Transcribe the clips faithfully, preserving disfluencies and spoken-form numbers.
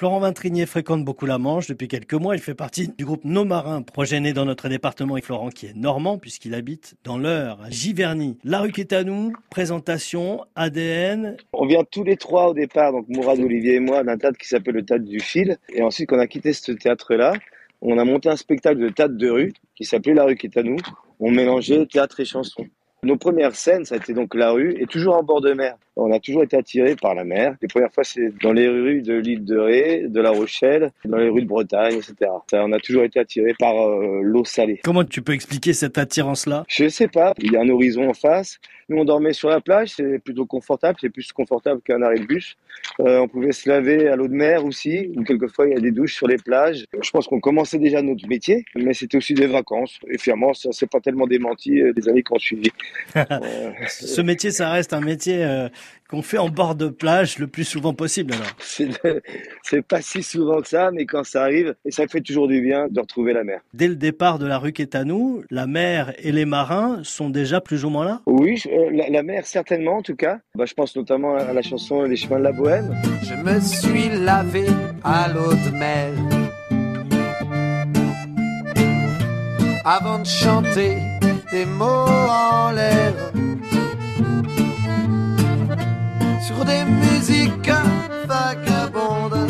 Florent Vintrinier fréquente beaucoup la Manche depuis quelques mois. Il fait partie du groupe Nos Marins, projet né dans notre département. Et Florent qui est normand puisqu'il habite dans l'Eure, à Giverny. La rue qui est à nous, présentation, A D N. On vient tous les trois au départ, donc Mourad, Olivier et moi, d'un théâtre qui s'appelle le Théâtre du Fil. Et ensuite, quand on a quitté ce théâtre-là, on a monté un spectacle de théâtre de rue qui s'appelait La rue qui est à nous. On mélangeait théâtre et chanson. Nos premières scènes, ça a été donc la rue et toujours en bord de mer. On a toujours été attirés par la mer. Les premières fois, c'est dans les rues de l'île de Ré, de La Rochelle, dans les rues de Bretagne, et cetera. Ça, on a toujours été attirés par euh, l'eau salée. Comment tu peux expliquer cette attirance-là? Je sais pas. Il y a un horizon en face. Nous, on dormait sur la plage. C'est plutôt confortable. C'est plus confortable qu'un arrêt de bus. Euh, on pouvait se laver à l'eau de mer aussi. Ou quelquefois, il y a des douches sur les plages. Je pense qu'on commençait déjà notre métier, mais c'était aussi des vacances. Et finalement, ça s'est pas tellement démenti euh, des années qui ont suivi. euh, Ce métier, ça reste un métier euh, qu'on fait en bord de plage le plus souvent possible, alors. C'est, de... c'est pas si souvent que ça, mais quand ça arrive, et ça fait toujours du bien de retrouver la mer. Dès le départ de la rue qui est à nous, la mer et les marins sont déjà plus ou moins là? Oui, euh, la, la mer certainement en tout cas. Bah, je pense notamment à la chanson Les chemins de la Bohème. Je me suis lavé à l'eau de mer avant de chanter des mots en l'air sur des musiques vagabondes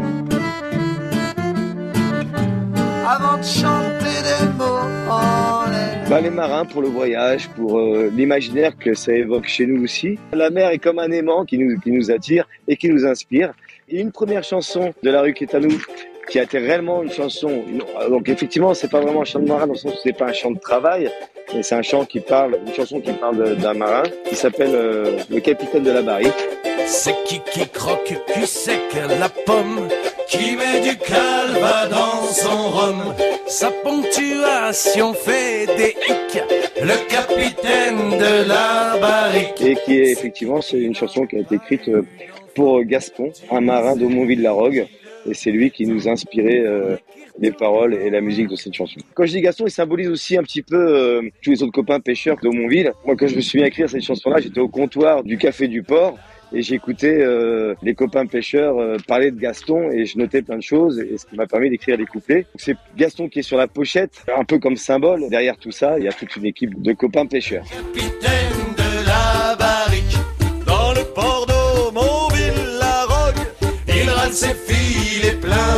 avant de chanter des mots en l'air. Bah, les marins pour le voyage, pour euh, l'imaginaire que ça évoque chez nous aussi. La mer est comme un aimant qui nous, qui nous attire et qui nous inspire. Et une première chanson de La rue qui est à nous, qui a été réellement une chanson. Donc effectivement, c'est pas vraiment un chant de marin dans le sens où c'est pas un chant de travail, mais c'est un chant qui parle, une chanson qui parle d'un marin, qui s'appelle euh, Le Capitaine de la Barrique. C'est qui qui croque cul sec la pomme, qui met du calva dans son rhum. Sa ponctuation fait des hicks, le capitaine de la barrique. Et qui est effectivement, c'est une chanson qui a été écrite pour Gaston, un marin d'Aumonville-la-Rogue. Et c'est lui qui nous a inspiré euh, les paroles et la musique de cette chanson. Quand je dis Gaston, il symbolise aussi un petit peu euh, tous les autres copains pêcheurs d'Aumonville. Moi, quand je me suis mis à écrire cette chanson-là, j'étais au comptoir du Café du Port et j'écoutais euh, les copains pêcheurs euh, parler de Gaston et je notais plein de choses, et ce qui m'a permis d'écrire les couplets. Donc, c'est Gaston qui est sur la pochette, un peu comme symbole. Derrière tout ça, il y a toute une équipe de copains pêcheurs. Capitaine de la barrique, dans le port d'Aumonville-la-Rogue, il râle ses filles, il est plein